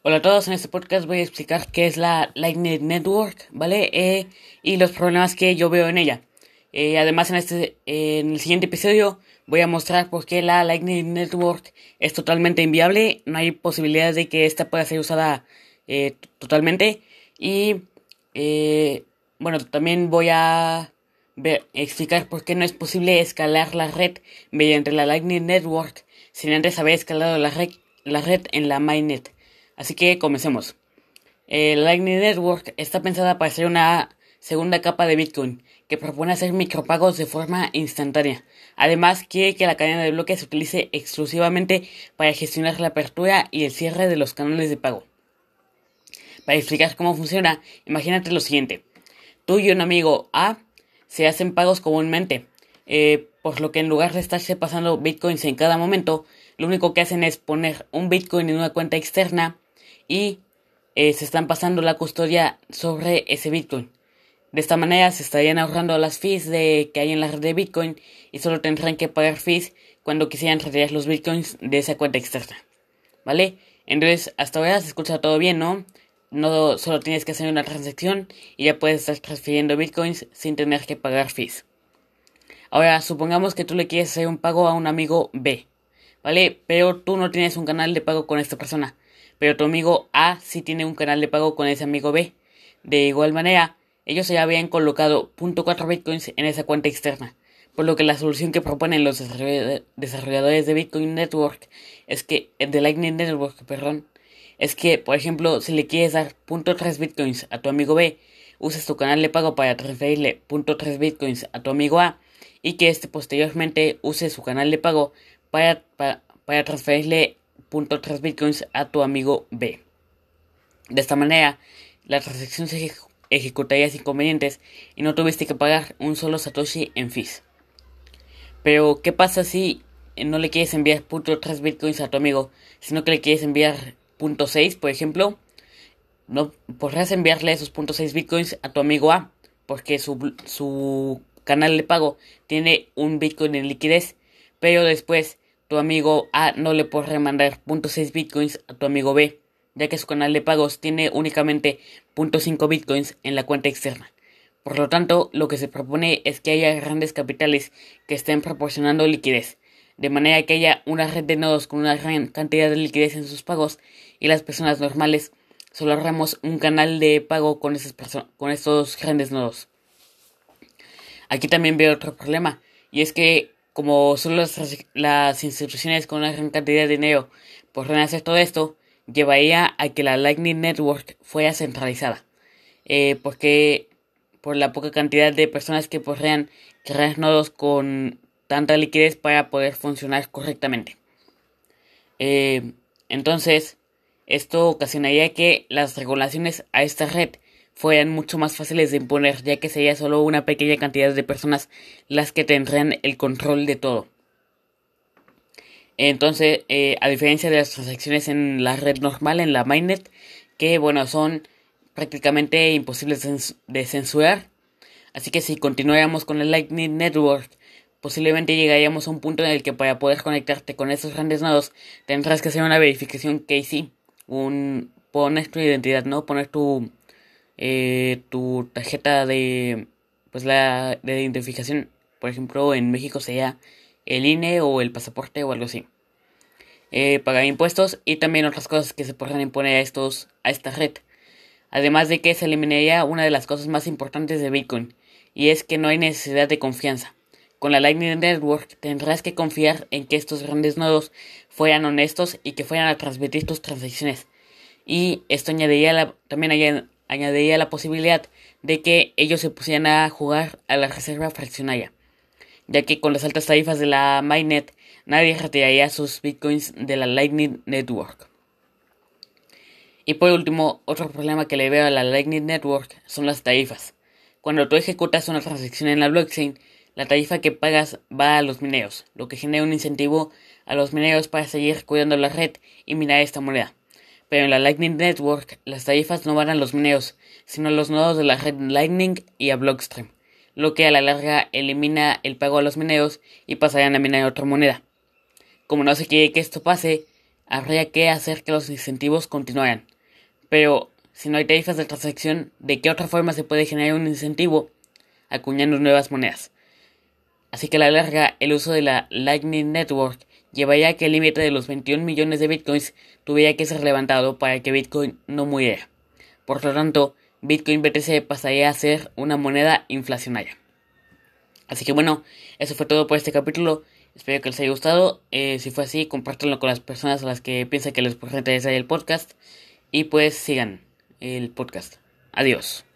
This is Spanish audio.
Hola a todos, en este podcast voy a explicar qué es la Lightning Network, ¿vale? Y los problemas que yo veo en ella. Además, en el siguiente episodio voy a mostrar por qué la Lightning Network es totalmente inviable. No hay posibilidad de que esta pueda ser usada totalmente. Y bueno, también voy a explicar por qué no es posible escalar la red mediante la Lightning Network sin antes haber escalado la red en la mainnet. Así que comencemos. Lightning Network está pensada para ser una segunda capa de Bitcoin que propone hacer micropagos de forma instantánea. Además, quiere que la cadena de bloques se utilice exclusivamente para gestionar la apertura y el cierre de los canales de pago. Para explicar cómo funciona, imagínate lo siguiente. Tú y un amigo A se hacen pagos comúnmente, por lo que en lugar de estarse pasando Bitcoins en cada momento, lo único que hacen es poner un Bitcoin en una cuenta externa y se están pasando la custodia sobre ese Bitcoin. De esta manera se estarían ahorrando las fees que hay en la red de Bitcoin y solo tendrán que pagar fees cuando quisieran retirar los Bitcoins de esa cuenta externa. ¿Vale? Entonces, hasta ahora se escucha todo bien, ¿no? No solo tienes que hacer una transacción y ya puedes estar transfiriendo Bitcoins sin tener que pagar fees. Ahora, supongamos que tú le quieres hacer un pago a un amigo B, ¿vale? Pero tú no tienes un canal de pago con esta persona. Pero tu amigo A sí tiene un canal de pago con ese amigo B. De igual manera, ellos ya habían colocado 0.4 bitcoins en esa cuenta externa. Por lo que la solución que proponen los desarrolladores de Bitcoin Network de Lightning Network, perdón, es que, por ejemplo, si le quieres dar 0.3 bitcoins a tu amigo B, uses tu canal de pago para transferirle 0.3 bitcoins a tu amigo A y que este posteriormente use su canal de pago para transferirle 0.3 bitcoins a tu amigo B. De esta manera, la transacción se ejecutaría sin inconvenientes y no tuviste que pagar un solo satoshi en fees. Pero, ¿qué pasa si no le quieres enviar 0.3 bitcoins a tu amigo, sino que le quieres enviar 0.6, por ejemplo? No podrás enviarle esos 0.6 bitcoins a tu amigo A, porque su canal de pago tiene un bitcoin en liquidez, pero después tu amigo A no le podrá mandar 0.6 bitcoins a tu amigo B, ya que su canal de pagos tiene únicamente 0.5 bitcoins en la cuenta externa. Por lo tanto, lo que se propone es que haya grandes capitales que estén proporcionando liquidez, de manera que haya una red de nodos con una gran cantidad de liquidez en sus pagos y las personas normales solo ahorramos un canal de pago con estos grandes nodos. Aquí también veo otro problema, y es que como solo las instituciones con una gran cantidad de dinero podrán hacer todo esto, llevaría a que la Lightning Network fuera centralizada, porque por la poca cantidad de personas que podrían crear nodos con tanta liquidez para poder funcionar correctamente. Eh, entonces, esto ocasionaría que las regulaciones a esta red fueran mucho más fáciles de imponer, ya que sería solo una pequeña cantidad de personas las que tendrían el control de todo. Entonces, a diferencia de las transacciones en la red normal, en la mainnet, que bueno, son prácticamente imposibles de censurar. Así que si continuáramos con el Lightning Network, posiblemente llegaríamos a un punto en el que para poder conectarte con esos grandes nodos tendrás que hacer una verificación KYC, poner tu identidad, ¿no? Poner tu tarjeta de identificación. Por ejemplo, en México sería el INE o el pasaporte o algo así. Pagar impuestos y también otras cosas que se podrán imponer a esta red. Además de que se eliminaría una de las cosas más importantes de Bitcoin, y es que no hay necesidad de confianza. Con la Lightning Network tendrás que confiar en que estos grandes nodos fueran honestos y que fueran a transmitir tus transacciones. Y esto también añadiría la posibilidad de que ellos se pusieran a jugar a la reserva fraccionaria, ya que con las altas tarifas de la mainnet nadie retiraría sus bitcoins de la Lightning Network. Y por último, otro problema que le veo a la Lightning Network son las tarifas. Cuando tú ejecutas una transacción en la blockchain, la tarifa que pagas va a los mineros, lo que genera un incentivo a los mineros para seguir cuidando la red y minar esta moneda. Pero en la Lightning Network, las tarifas no van a los mineros, sino a los nodos de la red Lightning y a Blockstream, lo que a la larga elimina el pago a los mineros y pasarían a minar otra moneda. Como no se quiere que esto pase, habría que hacer que los incentivos continuaran. Pero si no hay tarifas de transacción, ¿de qué otra forma se puede generar un incentivo acuñando nuevas monedas? Así que a la larga, el uso de la Lightning Network llevaría a que el límite de los 21 millones de bitcoins tuviera que ser levantado para que Bitcoin no muriera. Por lo tanto, Bitcoin BTC pasaría a ser una moneda inflacionaria. Así que bueno, eso fue todo por este capítulo. Espero que les haya gustado. Si fue así, compártanlo con las personas a las que piensan que les puede interesar el podcast. Y pues sigan el podcast. Adiós.